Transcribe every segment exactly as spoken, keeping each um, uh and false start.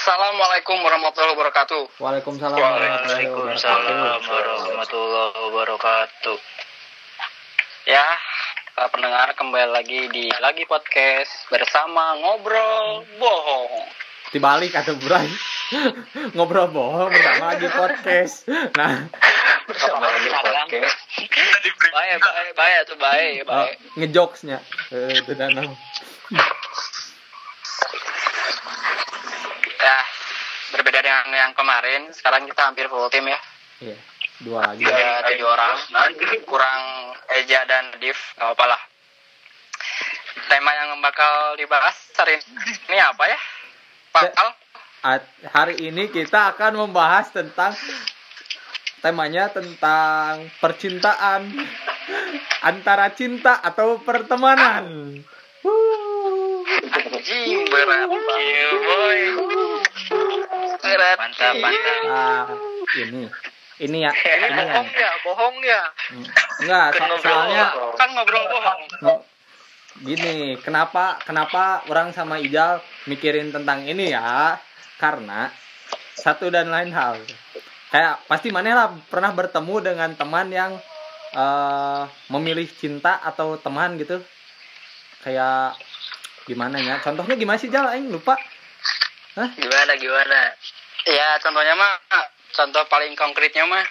Assalamualaikum warahmatullahi wabarakatuh. Waalaikumsalam Waalaikumsalam warahmatullahi wabarakatuh. Ya, para pendengar kembali lagi di lagi podcast bersama ngobrol bohong. Dibalik atau burai ngobrol bohong bersama lagi podcast. Nah, Bersama lagi podcast. Baik, baik, baik tuh baik, oh, baik. ngejokesnya eh itu danau. Ya, berbeda dengan yang kemarin. Sekarang kita hampir full tim ya. Iya, dua lagi. Ada tujuh orang, kurang Eja dan Div, nggak apa-apa lah. Tema yang bakal dibahas hari ini apa ya, Pak Al? At- hari ini kita akan membahas tentang temanya tentang percintaan antara cinta atau pertemanan. Wuh. Anjing, berat, kill, boy. Berat, Mantap, mantap. Ah, ini ini ya, ini ya. Bohong ya, bohong ya. Enggak, so- soalnya Kan ngobrol bohong. no- gini, kenapa kenapa orang sama Ijal mikirin tentang ini ya? Karena satu dan lain hal. Kayak pasti mana lah pernah bertemu dengan teman yang eh, memilih cinta atau teman gitu. Kayak gimana ya? Contohnya gimana sih, Jal? Aing lupa. Hah? Gimana, gimana? Ya, contohnya mah, contoh paling konkretnya mah,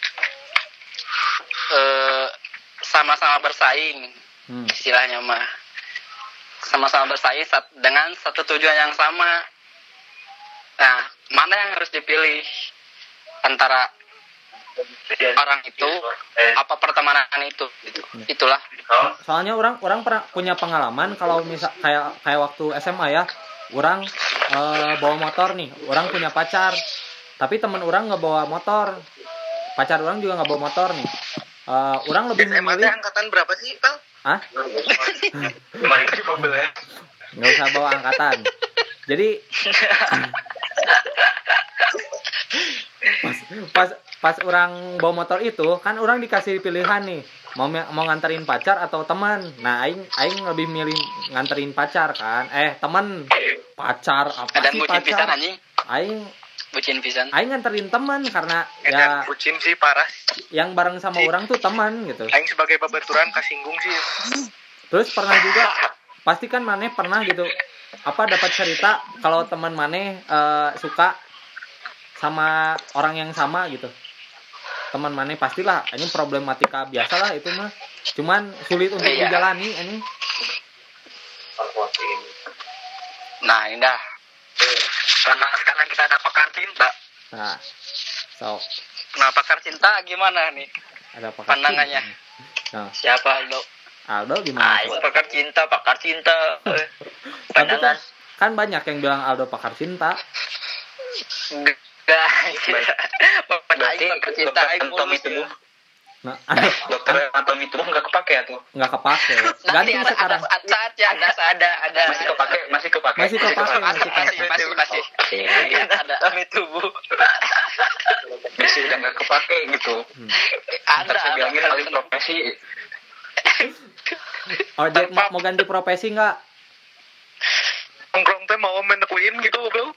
eh, sama-sama bersaing, Hmm. istilahnya mah. Sama-sama bersaing sat- dengan satu tujuan yang sama. Nah, mana yang harus dipilih? Antara orang itu, apa pertemanan itu? Gitu. Itulah. Soalnya orang orang pernah punya pengalaman kalau misal kayak kayak waktu S M A ya, orang eh, bawa motor nih, orang punya pacar, tapi teman orang nggak bawa motor, pacar orang juga nggak bawa motor nih. Eh, orang lebih memilih, angkatan berapa sih, Pal? ah, nggak usah bawa angkatan. Jadi pas, pas pas orang bawa motor itu kan orang dikasih pilihan nih, mau mau nganterin pacar atau teman. Nah, aing aing lebih milih nganterin pacar kan. Eh, teman. Pacar apa Dan sih bucin pisan pacar? anjing. Aing Bucin pisan. aing nganterin teman karena ya bucin sih parah. yang bareng sama orang tuh teman gitu. Aing sebagai babaturan kasinggung sih. Terus pernah juga pasti kan maneh pernah gitu apa dapat cerita kalau teman maneh eh, suka sama orang yang sama gitu. Teman maneh pastilah ini problematika biasa lah itu mah. Cuman sulit untuk Iya. dijalani ini. Nah, ini dah. Karena sekarang kita ada pakar cinta. Nah, so Nah, pakar cinta gimana nih? ada pakar Pandangannya. cinta. Nah, Siapa Aldo? Aldo gimana? Ayo, Sok? pakar cinta, pakar cinta. Tapi Pandangan. kan, kan banyak yang bilang Aldo pakar cinta. Enggak. Berarti pakar cinta aing mulus ya. Nah, Dokter anatomi tubuh nggak kepake ya tuh? nggak kepake. Nanti Ganti ada sekarang. ada saat ya, ada ada ada. Masih kepake, masih kepake. Masih kepake. masih masih masih masih masih. Iya. Ada anatomi tubuh. Masih udah nggak kepake gitu. Ada. Ntar saya bilangin ada. alih profesi. Ojek mau, mau ganti profesi nggak? Nongkrong teh mau main Queen gitu, bro.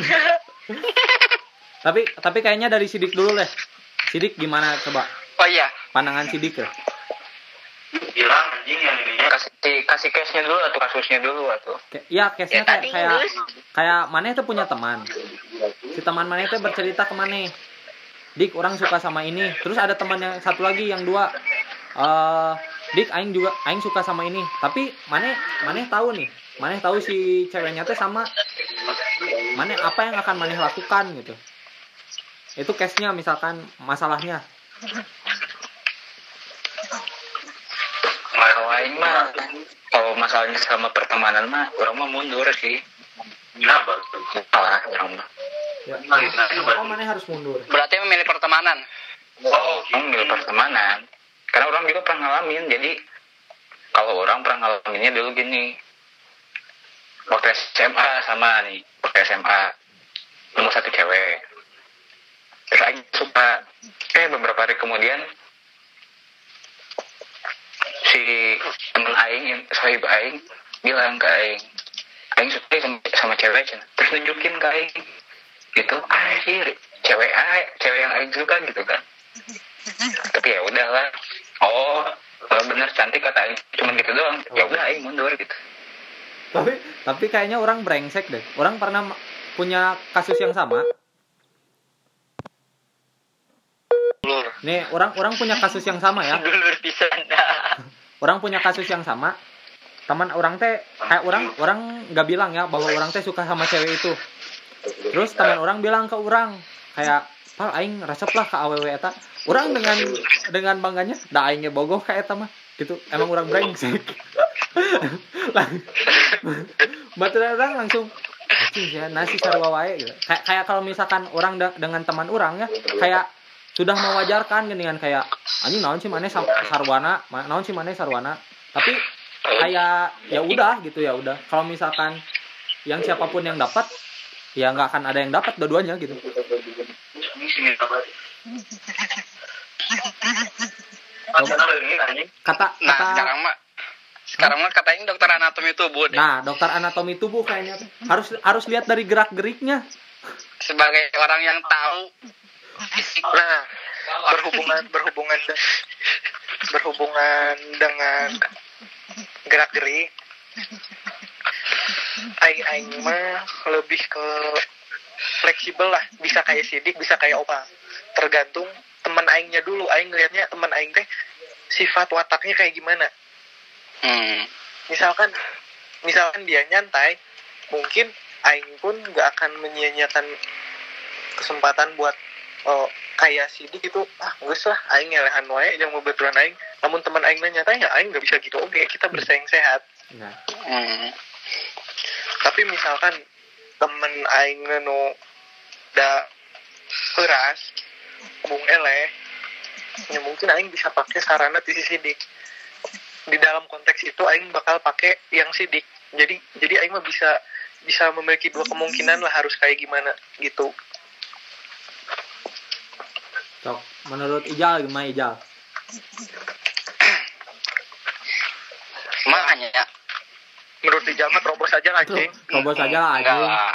Tapi tapi kayaknya dari Sidik dulu deh. Sidik gimana coba? Oh iya. Pandangan Sidik ya? Bilang anjing yang ininya. Kasih kasih case-nya dulu atau kasusnya dulu atau. Kayak- Iya, case-nya Ya, kayak tadi kayak Gus. kayak Maneh tuh punya teman. Si teman Maneh tuh bercerita ke Maneh. Dik, orang suka sama ini. Terus ada teman yang satu lagi yang dua. Eh, Dik, aing juga aing suka sama ini. Tapi Maneh Maneh tahu nih. Maneh tahu si ceweknya tuh sama. Maneh apa yang akan Maneh lakukan gitu. Itu case-nya misalkan masalahnya. Kalau aing mah kalau masalahnya sama pertemanan mah orang mah mundur sih. Kenapa? Salah orang mah. Ya, kenapa Maneh harus mundur? Berarti memilih pertemanan. Oh, enggak pertemanan. Karena orang juga pernah ngalamin. Jadi kalau orang pernah ngalaminnya dulu gini. Waktu S M A sama nih, waktu S M A nemu satu cewek. Terus aing suka. Eh beberapa hari kemudian si temen aing, sahib aing bilang ke aing, aing suka sama, sama cewek, terus nunjukin ke aing gitu akhir cewek aja cewek yang aing suka gitu kan. Tapi ya udahlah, oh kalau bener cantik kata aing cuma gitu doang, ya udah aing mundur gitu. Tapi tapi kayaknya orang brengsek deh. Orang pernah ma- punya kasus yang sama. Dulur. Nih, orang orang punya kasus yang sama ya. Dulur pisan dah. Orang punya kasus yang sama. Teman orang teh kayak orang orang nggak bilang ya bahwa orang teh suka sama cewek itu. Terus teman orang bilang ke orang kayak, "Pal aing resep lah ke awewe eta." Orang dengan dengan bangganya, "Da aing ge bogoh ka eta mah." Gitu. Emang orang brengsek. Baturan orang langsung anjing ya nasi sarua wae gitu. Kayak kayak kalau misalkan orang da- dengan teman orang ya kayak sudah mewajarkan gini kan kayak anjing naon sih maneh sam- sarwana, ma- naon sih maneh sarwana. Tapi kayak ya udah gitu ya udah. Kalau misalkan yang siapapun yang dapat ya nggak akan ada yang dapat dua-duanya gitu. Kata Nah, kata sekarang mah sekarang mah katanya dokter anatomi tubuh deh. Nah, dokter anatomi tubuh kayaknya tuh. harus harus lihat dari gerak-geriknya. Sebagai orang yang tahu fisik. Nah, berhubungan berhubungan de- berhubungan dengan gerak gerik, aing aing mah lebih ke fleksibel lah, bisa kayak sidik, bisa kayak opa, tergantung teman aingnya dulu. Aing ngelihatnya teman aing teh sifat wataknya kayak gimana. Hmm. Misalkan misalkan dia nyantai, mungkin aing pun gak akan menyia-nyiakan kesempatan buat oh, kayak sidik itu, ah geus lah aing ngelehan wae jeung babaturan aing. Namun teman aing nyantai ya aing gak bisa gitu oke, kita bersaing sehat. Nah, Hmm. Tapi misalkan temen aing nu da keras, bung eleh, ya mungkin aing bisa pakai sarana ti si sidik. Di dalam konteks itu aing bakal pakai yang sidik. Jadi jadi aing mah bisa bisa memiliki dua kemungkinan lah harus kayak gimana gitu. cok. Menurut Ijal gimana Ijal? Makanya ya. Menurut di jamat robos aja lah anjing. Coba saja lah Enggak anjing. lah.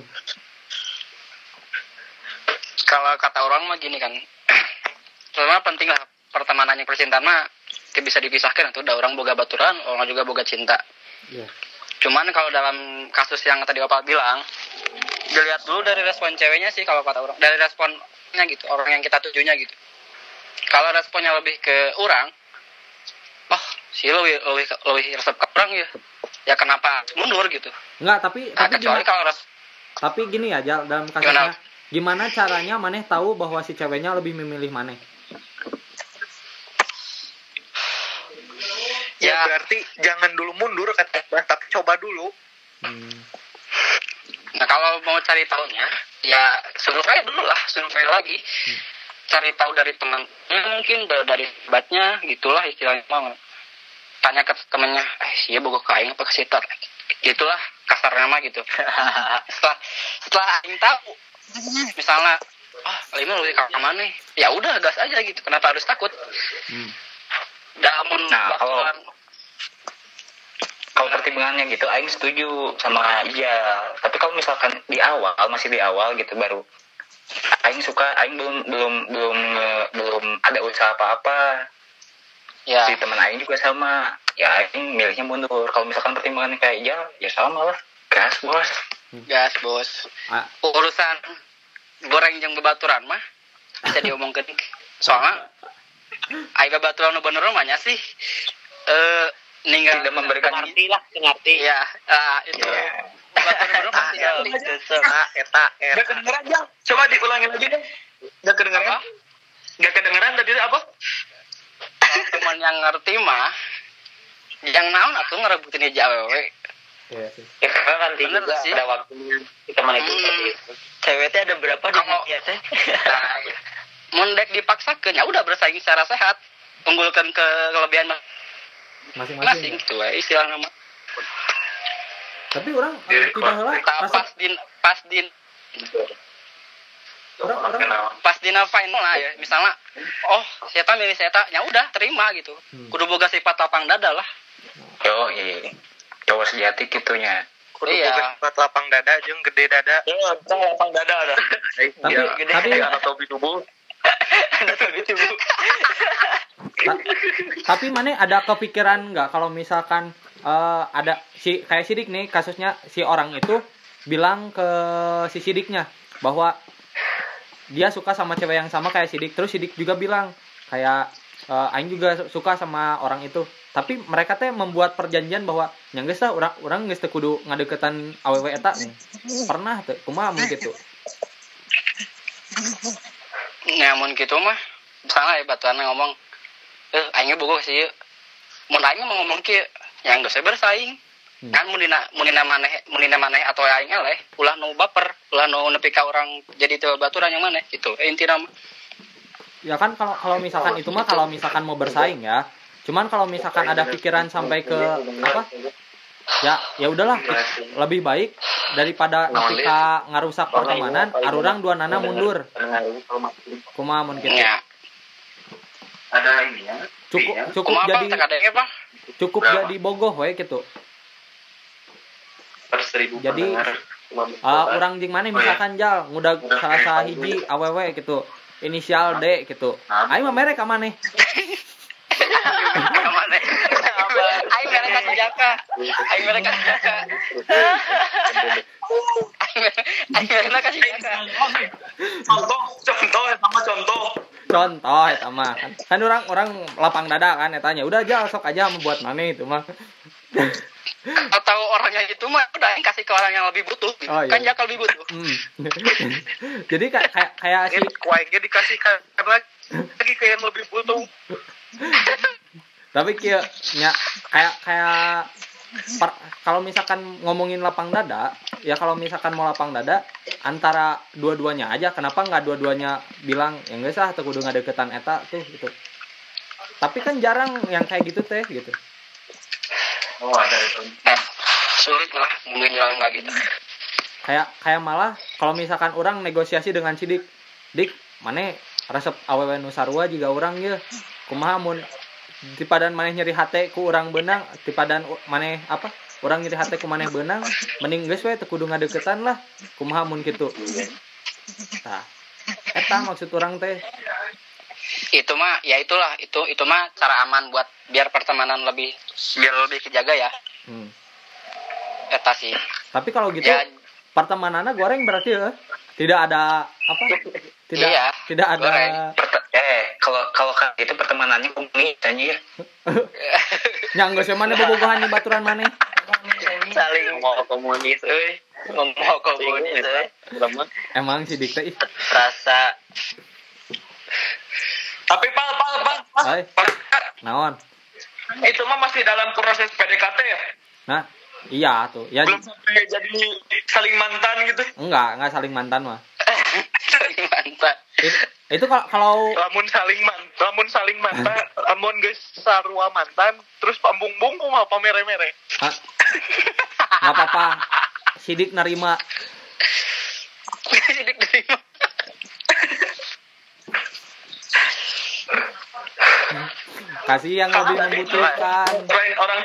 Kalau kata orang mah gini kan. Soalnya penting lah pertemanan yang percintaan mah tidak bisa dipisahkan itu. Udah orang boga baturan, orang juga boga cinta. Iya. Cuman kalau dalam kasus yang tadi Bapak bilang, dilihat dulu dari respon ceweknya sih kalau kata orang. Dari responnya gitu, orang yang kita tujunya gitu. Kalau responnya lebih ke orang, oh si lebih lebih lebih resep ke orang ya. Ya kenapa mundur gitu. Enggak, tapi Nah, tapi kecuali gimana, kalau res tapi gini ya Jal, dalam kasusnya gimana caranya maneh tahu bahwa si ceweknya lebih memilih maneh? Ya, Ya. berarti jangan dulu mundur kata Abah, tapi coba dulu. Hmm. Nah kalau mau cari tahunya, ya survei dulu lah, survei lagi. Cari tahu dari temannya mungkin, da- dari sahabatnya, gitulah istilahnya. Mau tanya ke temennya, eh sih bogo ke aing apa ke sitar? Gitulah kasarnya mah gitu. setelah setelah aing tahu, misalnya, ah oh, lima lebih ke mana nih? Ya udah gas aja gitu. Kenapa harus takut? Hmm. Damun Nah, kalau- bakalan Kalau pertimbangannya gitu, aing setuju sama iya. Tapi kalau misalkan di awal, masih di awal gitu baru, aing suka, aing belum belum belum eh, belum ada usaha apa-apa. ya. Si teman aing juga sama, ya aing milihnya mundur. Kalau misalkan pertimbangannya kayak iya, ya sama lah, gas bos. Gas bos. Ah, Urusan goreng jeung bebaturan mah bisa diomongkeun. Soalnya ai bebaturan nu bener mah nya sih eh ninggal Tidak memberikan- ngerti lah, ngerti. Ya, ah itu. Iya. Bebaturan bener pasti Eta, ngerti. eta, eta, Gak eta. kedengeran, Jang. Coba diulangin lagi deh. Gak kedengeran. Apa? Gak kedengeran tadi apa? Kalau teman yang ngerti mah yang naon atuh ngerebutin aja awewe. iya sih. Ya karena nanti Bener juga sih. ada waktunya kita malah itu Hmm. seperti itu. Cewek teh ada berapa di Kalau- dunia teh? Nah, mun dek dipaksakeun ya udah bersaing secara sehat. Unggulkan ke kelebihan Masing-masing. masing Ya. gitu we istilahna mah. Tapi orang eh, tidak heula Tah, pas pas din pas din orang orang pas dina final lah ya misalnya oh saya milih saya ya udah terima gitu. Hmm. Kudu boga sifat lapang dada lah. Yo, iya. Cowok sejati gitunya. kudu Iya. boga sifat lapang dada jeung gede dada. Ya, kita lapang dada dah. Tapi Gede. tapi Anatomi tubuh. Anatomi tubuh. ta- tapi mana ada kepikiran nggak kalau misalkan eh, ada si kayak Sidik nih kasusnya si orang itu bilang ke si Sidiknya bahwa dia suka sama cewek yang sama kayak Sidik, terus Sidik juga bilang kayak eh, Aing juga suka sama orang itu, tapi mereka teh membuat perjanjian bahwa yang geus tah urang urang geus teu kudu ngadeukeutan awewe eta nih. Pernah teu kumaha mun kitu. Nyamun gitu mah misalnya ya batuan ngomong eh aingnya bogoh sih mun aing mau ngomong kieu yang geus bersaing Hmm. kan munina munina maneh munina maneh atau aing eleh ulah nu baper ulah nu nepi ka urang jadi teu baturan yang maneh gitu intina mah. Ya kan kalau kalau misalkan itu mah kalau misalkan mau bersaing ya. Cuman kalau misalkan ada pikiran sampai ke apa? Ya ya udahlah lebih baik daripada nepi ka ngarusak pertemanan, arurang dua nana mundur. Kumaha mun kitu. Nya Ada ini ya. Cukup cukup kumaha jadi Bang, teu kadenge Bang? cukup jadi bogoh we gitu. Per seribu Jadi uh, orang jeung maneh misalkan jal ngudag salah hiji awewe gitu. Inisial D gitu. Aing mah mere ka maneh. Ka maneh. Aing mere ka jaka. Aing mere ka jaka. Aing mere ka jaka. Contoh, contoh sama contoh. Contoh eta mah kan, kan orang orang lapang dada kan etanya. Udah aja sok aja membuat maneh itu mah. Atau orangnya itu mah udah yang kasih ke orang yang lebih butuh gitu. Oh, iya. Kan jaka lebih butuh. Hmm. Jadi kayak kayak kayak si Ini kuaingnya dikasihkan lagi ke yang lebih butuh. tapi kia nya kayak kayak per- kalau misalkan ngomongin lapang dada, ya kalau misalkan mau lapang dada antara dua-duanya aja, kenapa nggak dua-duanya bilang ya nggak usah atau kudu ngadeukeutan eta tuh gitu. Tapi kan jarang yang kayak gitu teh gitu. Oh, ada itu. Nah, sulit lah mungkin bilang nggak gitu. Kayak kayak malah kalau misalkan orang negosiasi dengan Sidik, Dik, maneh resep awewe nu sarua juga orang ye. Kumaha mun tipadan maneh nyeri hate ku urang beunang, tipadan u- maneh apa? Urang nyeri hate ku maneh beunang, mending geus we teu kudu ngadeuketan lah. Kumaha mun kitu. Tah. Eta maksud urang teh. Itu mah ya itulah itu itu mah cara aman buat biar pertemanan lebih biar lebih kejaga ya. Hmm. Eta sih. Tapi kalau gitu Ya pertemanannya goreng berarti ya. Tidak ada apa? Tidak Iya, tidak ada goreng. Perte- eh kalau kalau kan itu pertemanannya komunis tanya ya. yang geus mana bobogohan di baturan maneh. saling mau komunis euy. Ngomong komunis euy. Emang Sidik teh ih. Rasa Tapi pal pal pal. pal. Hai. Naon? Itu mah masih dalam proses P D K T ya. Nah, iya tuh. Ya Belum sampai jadi saling mantan gitu. enggak, enggak saling mantan mah. saling mantap. It, itu kalau kalau Lamun saling man, lamun saling mantan, lamun geus sarua mantan, terus pambung-bung kumaha pamere-mere. ah, enggak apa-apa. Sidik nerima. Sidik terima. Kasih yang lebih membutuhkan. Selain orang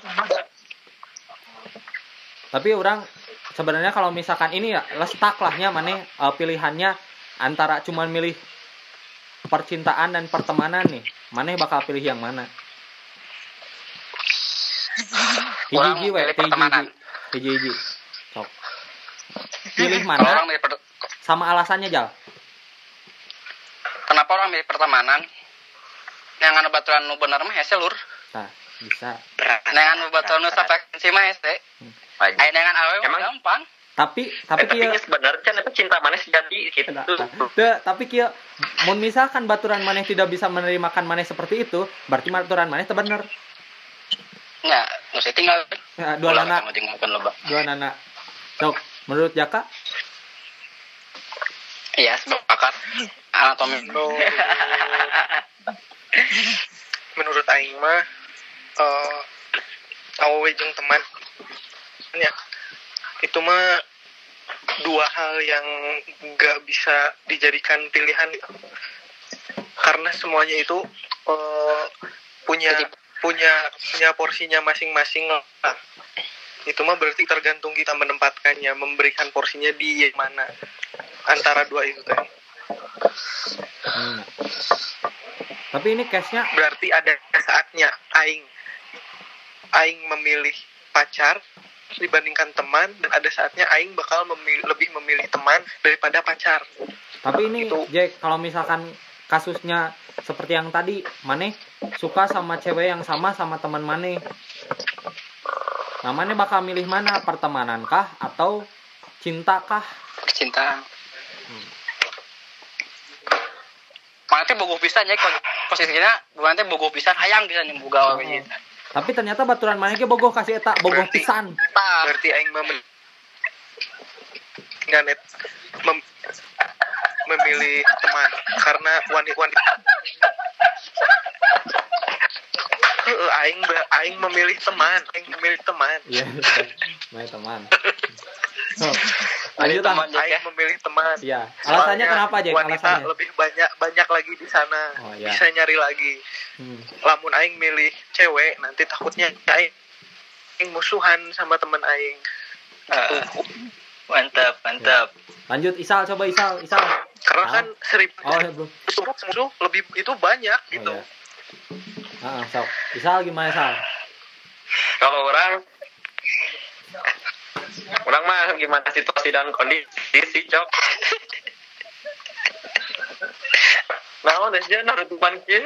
Tapi orang sebenarnya kalau misalkan ini ya lestak lahnya maneh eh, pilihannya antara cuman milih percintaan dan pertemanan nih. Maneh bakal pilih yang mana? Orang Hiji-hiji we, milih teh pertemanan. hiji. Hiji-hiji. Sok. Pilih Kalau orang mana milih per- sama alasannya, Jal. kenapa orang milih pertemanan? Yang anu baturan nu bener mah hese lur. Nah, bisa. Yang anu baturan nu frekuensi mah hese. Aya dengan awewe mah Emang? gampang. Tapi tapi Tapi kieu sebenarnya apa cinta mana sejati gitu. Nah, teu, tapi kieu mun misalkan baturan maneh tidak bisa menerimakan maneh seperti itu, berarti baturan maneh teu bener. Ya, nu saya tinggal. Ya, dua Ulah, nana, sama tinggalkan loba. dua nana. Sok, menurut Jaka? Iya, sepakat. Anatomi. Menurut, menurut aing mah eh awewe jeung teman ya itu mah dua hal yang nggak bisa dijadikan pilihan karena semuanya itu eh, punya punya punya porsinya masing-masing lah. Itu mah berarti tergantung kita menempatkannya, memberikan porsinya di mana antara dua itu tadi. Hmm. Tapi ini case-nya Berarti ada saatnya aing aing memilih pacar dibandingkan teman, dan ada saatnya aing bakal memilih, lebih memilih teman daripada pacar. tapi ini Itu- Jack, kalau misalkan kasusnya seperti yang tadi, Maneh suka sama cewek yang sama sama teman Maneh. Nah, Maneh bakal milih mana? Pertemanan kah atau cinta kah? Kecintaan. Mana teh bogoh pisan ya posisinya, bukan teh bogoh pisan hayang pisan yang boga we gitu. Tapi ternyata baturan Maneh ge bogoh kasih eta, bogoh Berarti- pisan. Tah. Berarti aing memilih nganet mem- memilih teman karena wanita-wanita Heeh, aing be- aing memilih teman, aing memilih teman. Iya, Maneh teman. So, Milih lanjut ah. teman, Jack, ya. Aing memilih teman. Iya, alasannya Soalnya kenapa, Jack? Wanita Alasannya. lebih banyak banyak lagi di sana. Oh, iya. Bisa nyari lagi. Hmm. Lamun aing milih cewek, nanti takutnya aing aing musuhan sama teman aing. Eh, mantap, mantap. Lanjut Isal, coba Isal, Isal. Karena Ah. kan seribu Oh, ya, belum. musuh lebih itu banyak Oh, gitu. iya. Ah, sok. Isal gimana, Isal? Kalau orang orang mah gimana situasi dan kondisi sih, Cok. Nah, udah aja naruh tuan kieu.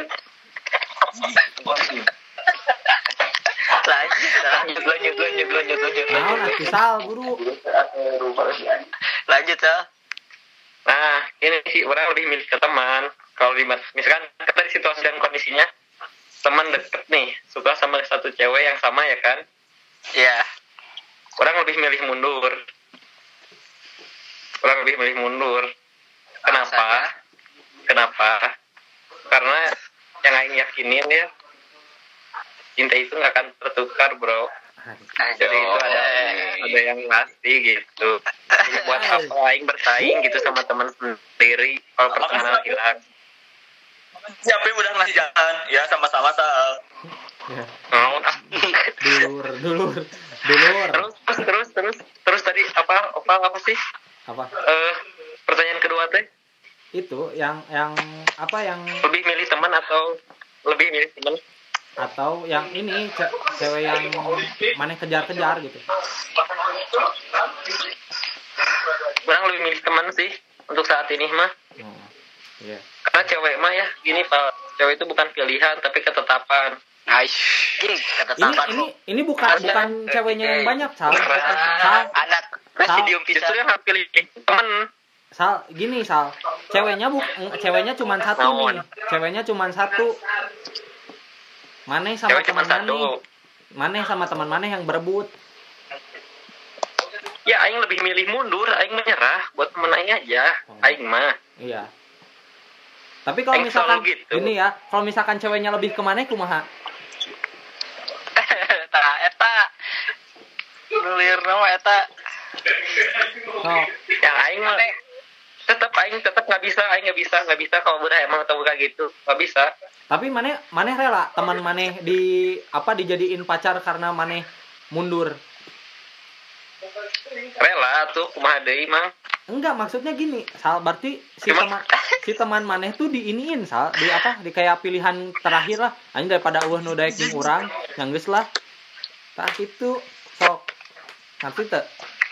Lanjut, lanjut, lanjut, lanjut, lanjut, lanjut. Naon ah, Isal, buru. Lanjut, Sal. Nah, ini sih orang lebih milih ke teman. Kalau di misalkan kan dari situasi dan kondisinya teman deket nih, suka sama satu cewek yang sama ya kan? Iya. Orang lebih milih mundur. Orang lebih milih mundur. Kenapa? Alasannya? Kenapa? Karena yang aing yakinin ya, cinta itu nggak akan tertukar, bro. Jadi itu ada ada yang pasti gitu. Jadi buat apa aing bersaing gitu sama teman sendiri kalau pertemanan hilang. Siapa yang udah ngasih jalan? Ya sama-sama Sal. Ya. Mau ah. Dulur, dulur, dulur. terus terus terus terus terus tadi apa apa apa sih? Apa? Eh pertanyaan kedua teh Itu yang yang apa yang lebih milih teman atau lebih milih teman? atau yang ini ce- cewek yang Maneh kejar-kejar gitu. Orang lebih milih teman sih untuk saat ini mah. Oh. Iya. Karena cewek mah ya gini Pak, cewek itu bukan pilihan tapi ketetapan. Nice. Ini Ini ketetapan ini ini bukan Ada. bukan ceweknya yang banyak, Sal. Ah, Sal, anak presidium Justru pisan. yang harus pilih teman. Sal, gini Sal. Ceweknya bu, ceweknya cuma satu nih. Ceweknya cuma satu. Maneh sama Cewek cuma teman Maneh. satu. Maneh sama teman Maneh yang berebut. Ya aing lebih milih mundur, aing menyerah buat temen aing aja. Oh. Aing mah. Iya. Tapi kalau Yang misalkan selalu gitu. ini ya, kalau misalkan ceweknya lebih ke Maneh kumaha? Tah eta. Nulir nama eta. Oh, Yang aing mah tetap aing tetap nggak bisa, aing nggak bisa, nggak bisa kalau udah emang tahu kayak gitu, nggak bisa. tapi Maneh Maneh rela teman Maneh di apa dijadiin pacar karena Maneh mundur. Rela tuh kumaha deui mah. Enggak, maksudnya gini, Sal, berarti si Emang- teman si teman Maneh tuh diiniin, Sal, di apa? Di kayak pilihan terakhir lah. Anjing daripada eueuh nu daek jeung urang, yang geus lah. Tah kitu sok. Nanti teh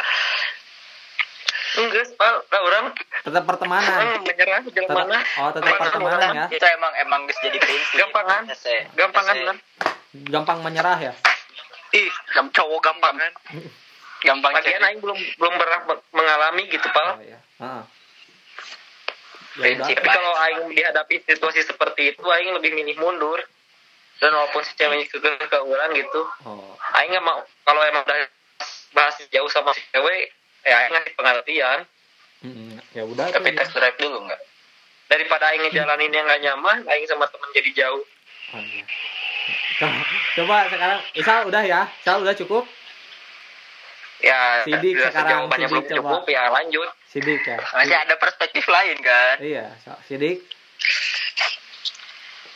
Enggak, Pak, lah orang tetap pertemanan. orang menyerah jalan Tetap, mana? oh, tetap pertemanan ya. Itu emang emang geus jadi prinsip. Gampangan. Ese. Gampangan Ese. lah. Gampang menyerah ya. Ih, gam- cowok gampang kan. Gampang Lagian jadi. aing belum belum pernah mengalami gitu, Oh Pak. iya. Heeh. Ya Prinsip. udah. Tapi kalau aing dihadapi situasi seperti itu, aing lebih milih mundur. Dan walaupun si ceweknya juga ke orang gitu, Oh. aing nggak mau kalau emang udah bahas jauh sama si cewek, ya aing ngasih pengertian. Mm-mm. Ya udah Tapi tuh. tes drive dulu enggak? Daripada aing ngejalanin yang nggak nyaman, aing sama temen jadi jauh. Oh, iya. Coba, coba sekarang Isal udah ya. Isal udah cukup. Ya, Sidik sudah sekarang, jawabannya sidik belum coba. cukup, ya lanjut. Sidik ya. Masih ada perspektif lain kan? Iya, so- Sidik.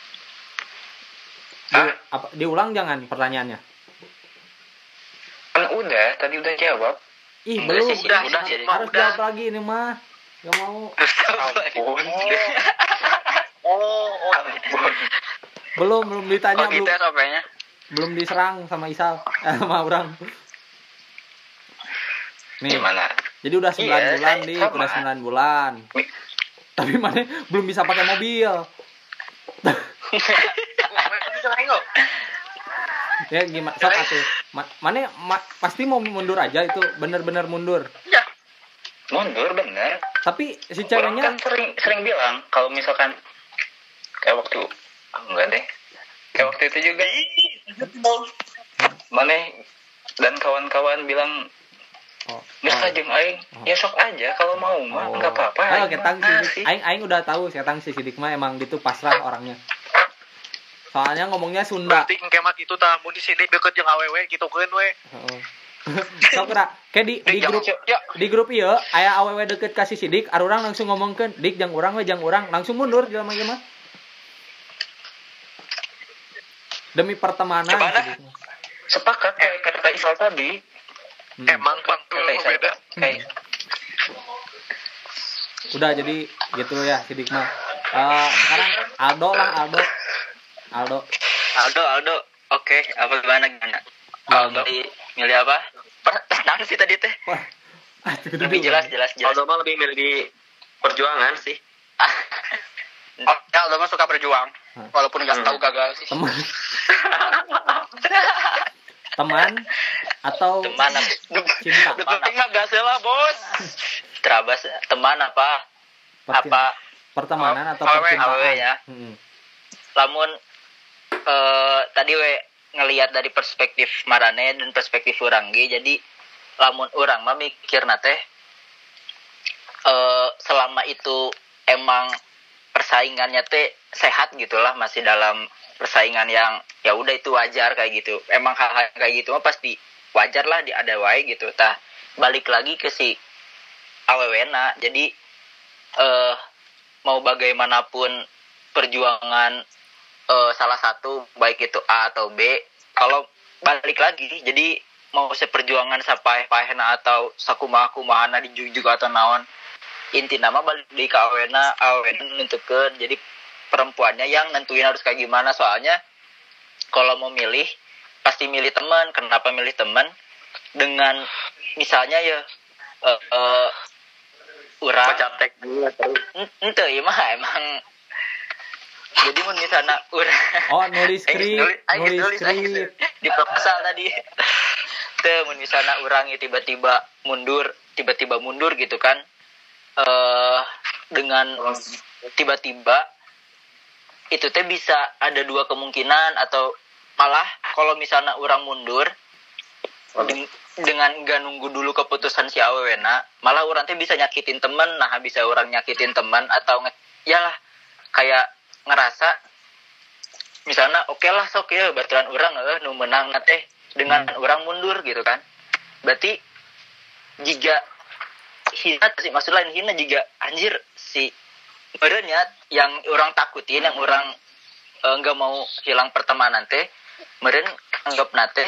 Di, Hah? apa, diulang jangan pertanyaannya. Kan udah, tadi udah jawab. Ih, Enggak belum. sih, udah, udah sih. jadi. Harus udah. jawab lagi ini mah. Gak mau. Ampun. Oh, oh. Ampun. Belum, belum ditanya, Oh gitu belum ya sampai-nya. belum diserang sama Isal. Eh, sama orang. Nih, Gimana? jadi udah sembilan Iya, bulan saya nih, sama. udah sembilan bulan. Tapi mana belum bisa pakai mobil. Ya gimana? Sok atuh. Ma- Mana ma- pasti mau mundur aja itu, bener-bener mundur. Mundur bener. Tapi si Orang ceweknya kan sering sering bilang kalau misalkan kayak waktu ah, enggak deh. Kayak waktu itu juga Mane dan kawan-kawan bilang oh, geus oh. kajeng aing, Oh. ya sok aja kalau mau mah Oh. enggak apa-apa. Ayo Aing ketang mah sih. sih. Aing aing udah tahu ketang si Sidik mah emang gitu pasrah orangnya. Soalnya ngomongnya Sunda. Berarti engke mah kitu tah mun di sidik deket jeung awewe kitukeun we. Heeh. Sok kira kayak di di grup Ya, di grup ieu aya awewe deket kasih Sidik, arurang langsung ngomongkeun, "Dik jang urang we jang urang." Langsung mundur jelema ieu mah. Demi pertemanan Coba dah. Sidik mah. sepakat kayak kata Isal tadi. Hmm. Emang bang tuh Kata Isal beda. kayak Udah jadi gitu ya Sidik mah. Eh, sekarang Aldo lah Aldo. Aldo. Aldo, Aldo. Oke, apa gimana gimana? Aldo di milih apa? Pertanyaan sih tadi teh. Wah. Ah, itu gede Lebih dulu. jelas, jelas, jelas. Aldo mah lebih milih di perjuangan sih. Oh, ya Aldo mah suka berjuang. Walaupun nggak tahu gagal sih. Teman. Teman atau Teman apa? cinta? Teman mah gas lah, Bos. Terabas teman apa? Percin- Apa pertemanan atau awewe, percintaan? awewe ya. Hmm. Lamun eh tadi we ngelihat dari perspektif marane dan perspektif urang ge, jadi lamun urang mah mikirna teh eh selama itu emang persaingannya teh sehat gitulah, masih dalam persaingan yang ya udah itu wajar kayak gitu. Emang hal-hal kayak gitu mah pasti wajar lah, di ada wae gitu. Tah balik lagi ke si awewena. Jadi eh mau bagaimanapun perjuangan eh, salah satu, baik itu A atau B, kalau balik lagi jadi mau seperjuangan sapaeh-paehna atau sakumaha-kumahana dijujuk atau naon, inti nama balik di ke awena, awena nentukeun. Jadi perempuannya yang nentuin harus kayak gimana. Soalnya kalau mau milih pasti milih teman. Kenapa milih teman? Dengan misalnya ya eh uh, urang Pacatek dulu terus. ente ya mah emang jadi mun misalnya urang Oh, nulis Aing skrip, nulis- aing nulis nulis, aing skrip. di proposal tadi. Teu mun misalnya urang tiba-tiba mundur, tiba-tiba mundur gitu kan. Eh dengan tiba-tiba itu teh bisa ada dua kemungkinan, atau malah kalau misalnya urang mundur deng- dengan gak nunggu dulu keputusan si awewena, malah orang teh bisa nyakitin temen. Nah bisa orang nyakitin temen atau nge- ya lah kayak ngerasa misalnya oke okay lah sok ya baturan orang eh nu menang teh dengan hmm. orang mundur gitu kan. Berarti jika hina sih, maksud lain hina jika anjir si merenya yang orang takutin, yang orang enggak uh, mau hilang pertemanan teh meren anggap nate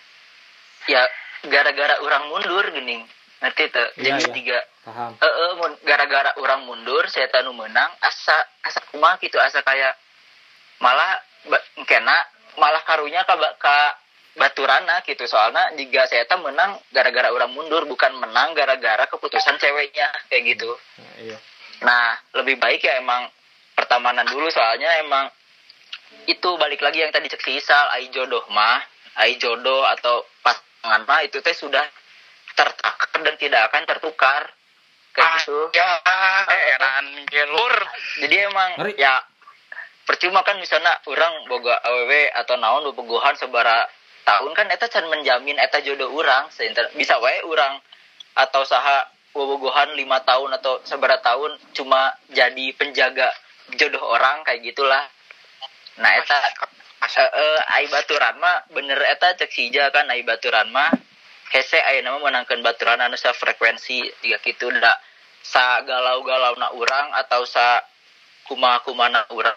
ya gara-gara orang mundur gini ngerti tuh. Iya, Jadi iya. tiga Paham. eh uh, uh, gara-gara orang mundur saya tanu menang asa asa kumaha gitu, asa kayak malah ba- kena malah karunya ka, ka baturana gitu. Soalnya jika saya tahu menang gara-gara orang mundur, bukan menang gara-gara keputusan ceweknya kayak gitu. Nah, iya. Nah lebih baik ya emang pertemanan dulu. Soalnya emang itu balik lagi yang tadi cek si Isal, ai jodoh mah ai jodoh atau pasangan mah itu teh sudah tertakar dan tidak akan tertukar kayak Ah, gitu. Ya, eran gelur. Jadi emang Ngeri. ya percuma kan misalnya orang boga awewe atau naon bobogohan sebara tahun kan eta can menjamin eta jodoh orang. Bisa wae orang atau saha bobogohan lima tahun atau sebara tahun cuma jadi penjaga jodoh orang kayak gitulah. Nah eta eh uh, ai baturan mah bener eta cek sija kan ai baturan mah hese aya nama menangkeun baturan anu sa frekuensi tiga kitu da sa galau-galauna urang atau sa kumaha-kumana urang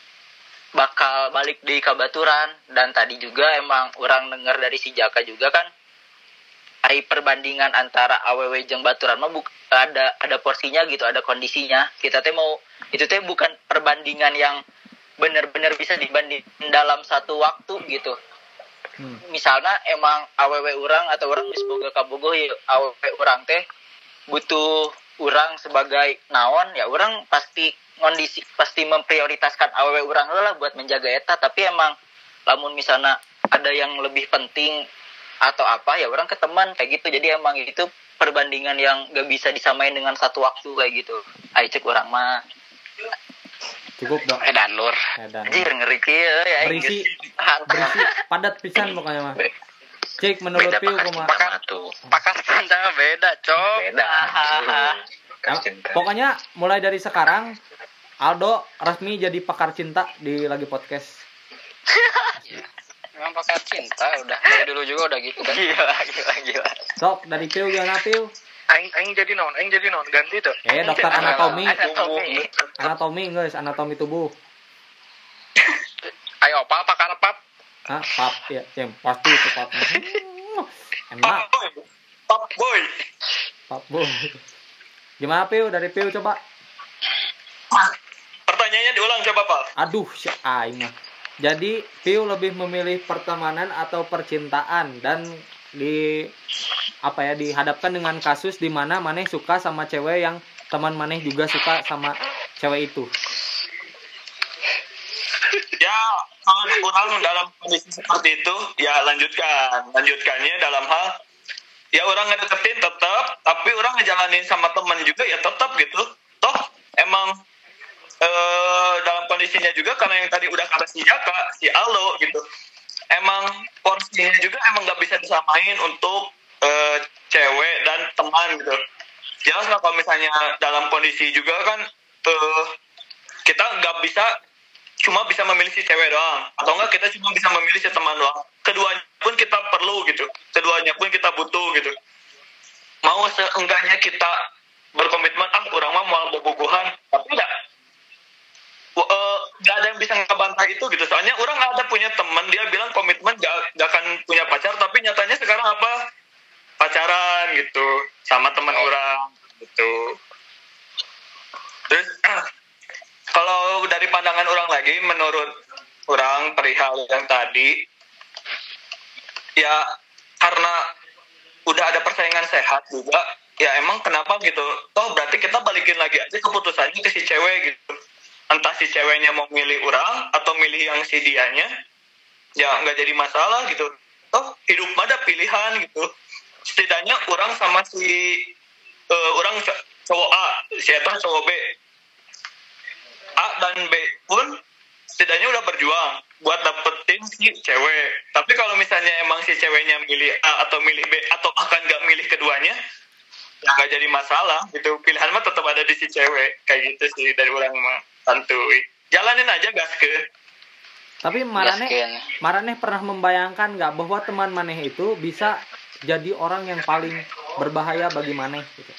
bakal balik di kabaturan. Dan tadi juga emang orang dengar dari si Jaka juga kan ai perbandingan antara awewe jeung baturan mah buk- ada ada porsinya gitu, ada kondisinya. Kita teh mau itu teh bukan perbandingan yang benar-benar bisa dibanding dalam satu waktu gitu. Hmm. Misalnya emang awewe urang atau orang geus boga kabogoh ya awewe urang teh butuh urang sebagai naon ya urang pasti kondisi pasti memprioritaskan awewe urang heula buat menjaga eta, tapi emang lamun misalnya ada yang lebih penting atau apa ya orang ke teman kayak gitu. Jadi emang itu perbandingan yang gak bisa disamain dengan satu waktu kayak gitu. Ayo cek orang mah cukup dong. Edan lur. Edan. anjir ngeri kieu ya Berisi berisi padat pisan pokoknya mah. Cek menurut Beda Piu pakar kumaha? cinta tuh. Pakar cinta beda, Cok. Beda. Nah, Pakar cinta. pokoknya mulai dari sekarang Aldo resmi jadi pakar cinta di Lagi Podcast. Memang pakar cinta udah dari dulu juga udah gitu kan. gila gila gila Sok dari Piu gimana Piu? Aing aing jadi non, aing jadi non ganti tuh. Eh dokter anatomi, anatomi anatomi guys, anatomi tubuh. Ayo apa pakar pap? Hah, pap ya, yang pasti itu pap. Hmm, enak, Pap boy. pap boy. Gimana Piu dari Piu coba? Pertanyaannya diulang coba, Pak. Aduh, si aing mah. Jadi Piu lebih memilih pertemanan atau percintaan dan di apa ya dihadapkan dengan kasus di mana maneh suka sama cewek yang teman maneh juga suka sama cewek itu. Ya, kalau orang dalam kondisi seperti itu, ya lanjutkan. Lanjutkannya dalam hal, ya orang ngedeketin tetap, tapi orang ngejalanin sama teman juga ya tetap gitu. Toh, emang eh, dalam kondisinya juga, karena yang tadi udah kata si Jaka, si Aldo gitu, emang porsinya juga emang gak bisa disamain untuk eh, cewek dan teman gitu. Jelas lah kalau misalnya dalam kondisi juga kan, eh, kita gak bisa cuma bisa memilih si cewek doang, atau enggak kita cuma bisa memilih si teman doang. Keduanya pun kita perlu gitu, keduanya pun kita butuh gitu. Mau seenggaknya kita berkomitmen, ah orang mah mau bobogohan, tapi enggak uh, enggak ada yang bisa ngebantah itu gitu. Soalnya orang ada punya teman, dia bilang komitmen gak, gak akan punya pacar, tapi nyatanya sekarang apa? Pacaran gitu, sama teman orang gitu. Terus ah, kalau dari pandangan orang lagi, menurut orang perihal yang tadi, ya karena udah ada persaingan sehat juga, ya emang kenapa gitu, toh berarti kita balikin lagi aja keputusannya ke si cewek gitu. Entah si ceweknya mau milih orang, atau milih yang si dianya, ya nggak jadi masalah gitu. Toh hidup mah ada pilihan gitu. Setidaknya orang sama si, uh, orang cowok A, si Eta cowok B, A dan B pun setidaknya udah berjuang buat dapetin si cewek. Tapi kalau misalnya emang si ceweknya milih A atau milih B atau bahkan gak milih keduanya, ya gak jadi masalah gitu. Pilihan mah tetap ada di si cewek. Kayak gitu sih dari orang mah. Santuy. Jalanin aja gaskeun. Tapi Maraneh, Maraneh pernah membayangkan nggak bahwa teman maneh itu bisa jadi orang yang paling berbahaya bagi maneh gitu?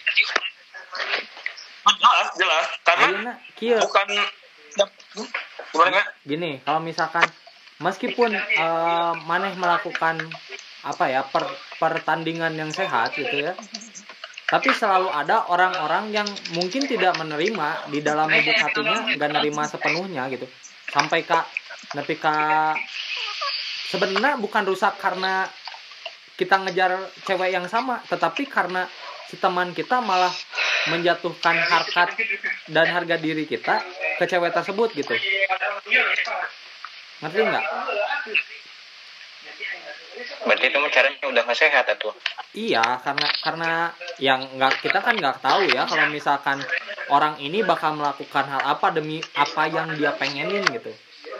Jelas, jelas. Karena Ayeuna, kieu. bukan gimana? Gini, kalau misalkan meskipun uh, maneh melakukan apa ya per, pertandingan yang sehat gitu ya, tapi selalu ada orang-orang yang mungkin tidak menerima di dalam lubuk hatinya, nggak nerima sepenuhnya gitu. Sampai kak, nepi ka sebenarnya bukan rusak karena kita ngejar cewek yang sama, tetapi karena si teman kita malah menjatuhkan harkat dan harga diri kita ke cewek tersebut gitu. Ngerti nggak? Berarti itu caranya udah nggak sehat tuh. Iya, karena karena yang nggak kita kan nggak tahu ya kalau misalkan orang ini bakal melakukan hal apa demi apa yang dia pengenin gitu.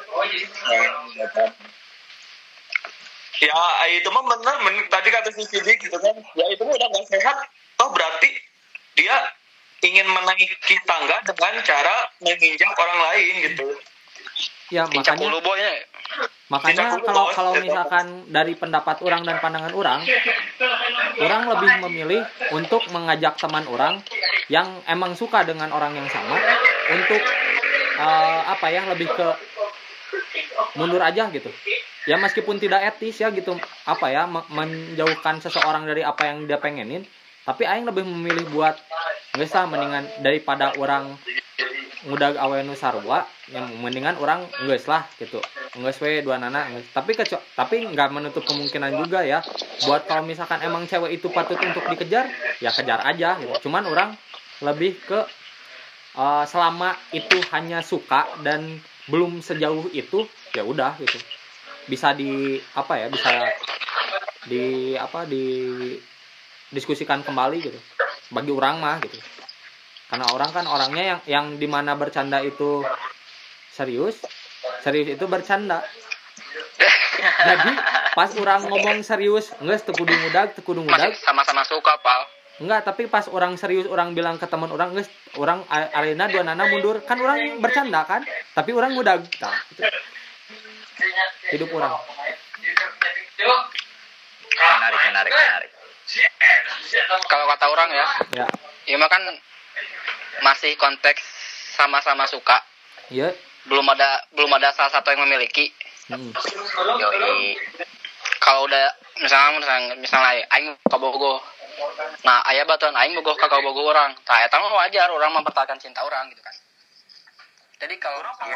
Ya itu mah benar, men- tadi kata si Sidik gitu kan, ya itu mah udah nggak sehat. Toh berarti dia ingin menaiki tangga dengan cara menginjak orang lain gitu. Ya Pincak makanya dulu boynya. makanya Pincak dulu, kalau bos. kalau misalkan dari pendapat orang dan pandangan orang, orang lebih memilih untuk mengajak teman orang yang emang suka dengan orang yang sama untuk uh, apa ya lebih ke mundur aja gitu. ya meskipun tidak etis ya gitu, apa ya, me- menjauhkan seseorang dari apa yang dia pengenin, tapi aing lebih memilih buat geus lah mendingan daripada orang ngudag awe nu sarua, yang mendingan orang geus lah gitu. Geus we dua nana geus. Tapi kecu- tapi nggak menutup kemungkinan juga ya buat kalau misalkan emang cewek itu patut untuk dikejar, ya kejar aja gitu. Cuman orang lebih ke uh, selama itu hanya suka dan belum sejauh itu, ya udah gitu. Bisa di apa ya, bisa di apa di diskusikan kembali gitu bagi orang mah gitu, karena orang kan orangnya yang yang dimana bercanda itu serius, serius itu bercanda. Jadi pas orang ngomong serius enggak teu kudu ngudag teu kudu ngudag Masih sama-sama suka, Pal. enggak, tapi pas orang serius orang bilang ke teman orang geus orang a- arena dua nana mundur, kan orang bercanda kan, tapi orang ngudag nah, gitu. Hidup orang. Menarik, menarik, menarik. Kalau kata orang ya, Ya. ya mah kan masih konteks sama-sama suka. Iya. Belum ada belum ada salah satu yang memiliki. Hmm. Yoi. Kalau udah misalnya misalnya misalnya aing ka bogoh. Nah, aya batuan aing bogoh ka bogoh orang. Tah eta mah wajar orang mempertahankan cinta orang gitu kan. Jadi kalau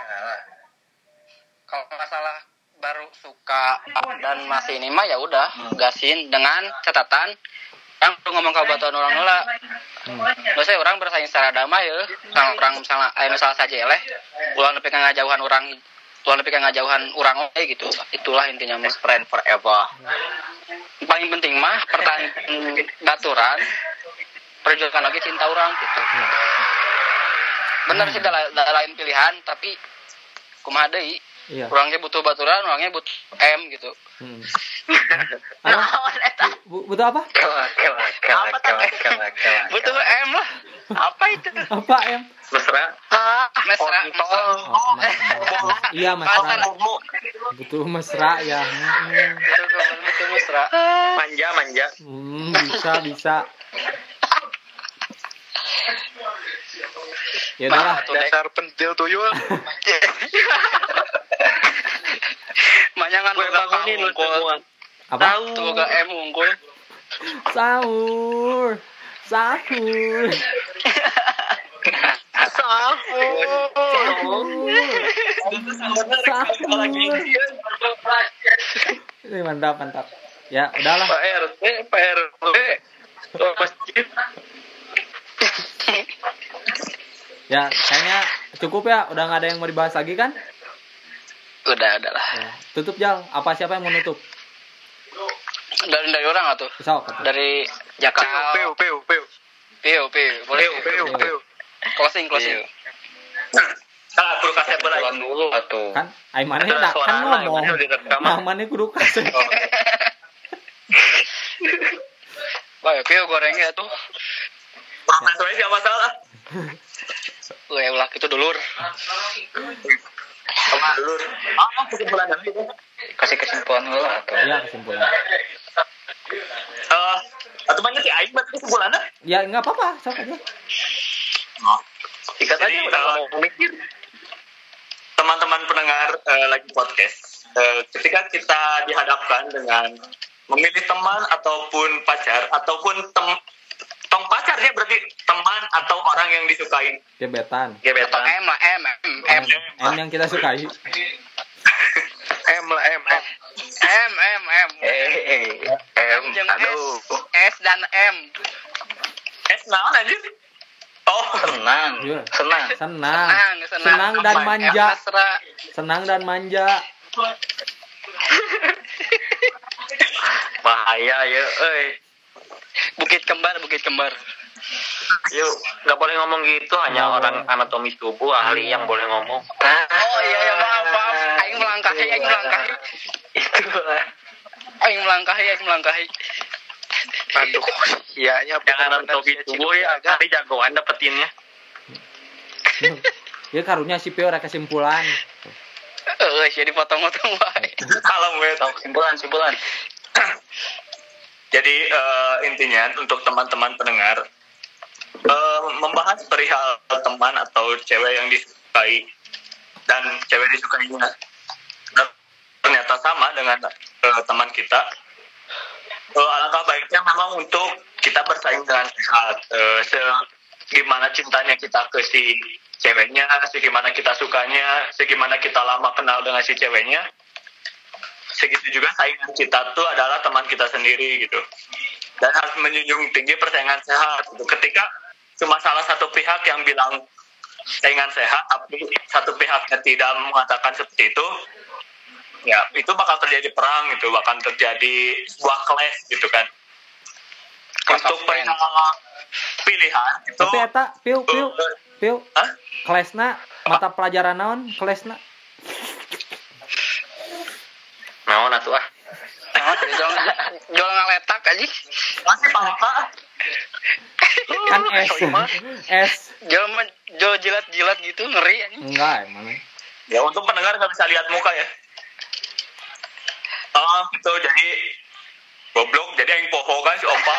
kalau masalah baru suka dan masih ini mah ya udah gasin dengan catatan yang perlu ngomong ke batuan orang heula. Maksudnya orang bersaing secara damai ya. Kalau orang misalnya aya masalah saja eleh, ulah nepi ka ngajauhan orang, ulah nepi ka ngajauhan urang we gitu. Itulah intinya mah. Friend forever. Paling penting mah pertahanan baturan, perjuangkan lagi cinta orang gitu. Bener sih da da lain pilihan, tapi kumaha deui? Iya. Orangnya butuh baturan, orangnya butuh M gitu. Hmm. Naon eta? Bu- butuh apa? Kelak, kelak, kelak, Apa kelak, tadi? kelak, kelak. Butuh M lah. Apa itu? Apa em? Mesra. Ah, Mesra. Oh, mas- iya mesra. Butuh mesra ya. Hmm. Butuh butuh mesra. Manja, manja. Hmm, bisa bisa. Ya udah lah. Dasar pentil tuyul. Manyangan Gue boga bangunin lu unggul. semua. Apa? Tuh boga M unggul. Sahur. Sahur. Sahur. Sahur. Ini mantap mantap. Ya udahlah. Pak R T, Pak R W, Ketua Masjid. Ya kayaknya cukup ya. Udah nggak ada yang mau dibahas lagi kan? Udah, udah lah. Ya. Tutup Jal. Apa siapa yang mau nutup? Dari dari orang atau? Sok. atuh. Dari Jakal. Peu, peu, peu. Piu, piu. Boleh. Peu, peu. Closing, closing. Ah, perlu kasih apa lagi? Pulang dulu atuh. Kan ai maneh Ada da suara kan anak, ngomong. maneh udah direkam. Nah, maneh kudu kasih. Baik, piu gorengnya tuh. Profesor aja masalah. Gue ulah itu dulur. Sama dulur. Ah, kesimpulan nanti. Kasih kesimpulan dulu atuh. Ya kesimpulan. Eh, atau banyak sih aing berarti kesimpulannya. Ya enggak apa-apa, sok aja. Sikat aja Jadi, udah uh, mau mikir. Teman-teman pendengar eh, lagi podcast, eh, ketika kita dihadapkan dengan memilih teman ataupun pacar ataupun tem tong pacarnya berarti teman atau orang yang disukai. Gebetan. Atau Gebetan. M lah, M, M, M. M yang kita sukai. M lah, M, M. M, M, M. Eh, em, Yang aduh. S, S dan M. Eh, naon anjir? Oh, Senang, Iya. senang. Senang. Senang, senang. Senang dan M manja. mesra. Senang dan manja. Bahaya ya, euy. Bukit kembar, bukit kembar. Yuk, nggak boleh ngomong gitu, hanya Nggak orang boleh. anatomi tubuh ahli yang boleh ngomong. Oh iya, iya, maaf, maaf. Aing melangkahi, aing melangkahi. Itulah. Aing melangkahi, aing melangkahi. Aduh, ianya Jangan benar-benar anatomi sia tubuh cilik ya, agak. nanti jagoan dapetinnya. Ya karunya si Pio rek kesimpulan. Eh, jadi potong-potong wae. malam wet. Tahu kesimpulan, kesimpulan. Jadi eh, intinya untuk teman-teman pendengar eh, membahas perihal teman atau cewek yang disukai dan cewek disukainya. Dan ternyata sama dengan uh, teman kita, uh, alangkah baiknya memang untuk kita bersaing dengan sehat. Uh, se- gimana cintanya kita ke si ceweknya, segimana kita sukanya, segimana kita lama kenal dengan si ceweknya, segitu juga saingan kita tuh adalah teman kita sendiri gitu. Dan harus menjunjung tinggi persaingan sehat gitu. Ketika cuma salah satu pihak yang bilang saingan sehat, tapi satu pihaknya tidak mengatakan seperti itu, ya itu bakal terjadi perang gitu, bakal terjadi sebuah clash gitu kan. Untuk perihal pilihan itu. Tapi eta piu piu uh, piu. Hah? Kelasna mata pelajaran naon? Kelasna. Naon atuh ah. Jual jual ngaletak aja. Masih apa? Kan S. S. Jual mah- jual jilat-jilat gitu ngeri anjing. Enggak emang. Ya untuk pendengar nggak bisa lihat muka ya. Oh gitu, jadi goblok, jadi yang poho kan si Opal.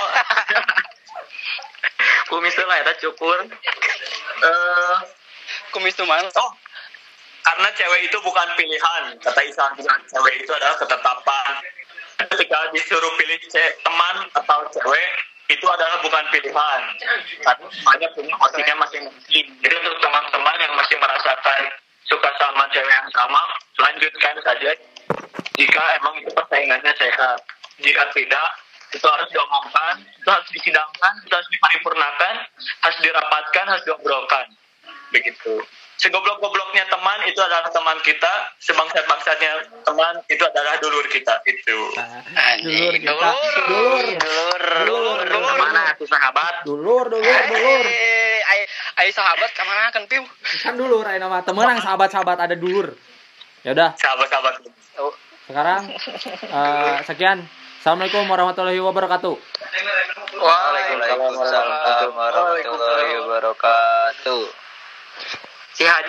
Kumis lah eta cukur. Eh, Kumis tuh mana? oh, karena cewek itu bukan pilihan. Kata Islam bilang cewek itu adalah ketetapan. Ketika disuruh pilih ce- teman atau cewek, itu adalah bukan pilihan. Karena semuanya punya porsinya masing-masing. Jadi untuk teman-teman yang masih merasakan suka sama cewek yang sama, lanjutkan saja. Jika emang itu persaingannya sehat. Jika tidak, itu harus diomongkan, itu harus disidangkan, itu harus diparipurnakan, harus dirapatkan, harus diobrolkan. Begitu. Segoblok-gobloknya teman itu adalah teman kita, sebangsat-bangsatnya teman itu adalah dulur kita. Itu. Dulur kita. Dulur, Dulur. dulur, dulur. Mana tuh sahabat? Dulur, dulur, dulur. Eh, ai ai sahabat kemana kan piu? Kan dulur aya nama temenang sahabat-sahabat ada dulur. Ya udah, Sahabat-sahabat. sekarang eh, sekian. Assalamualaikum warahmatullahi wabarakatuh. Waalaikumsalam warahmatullahi wabarakatuh. Si Haji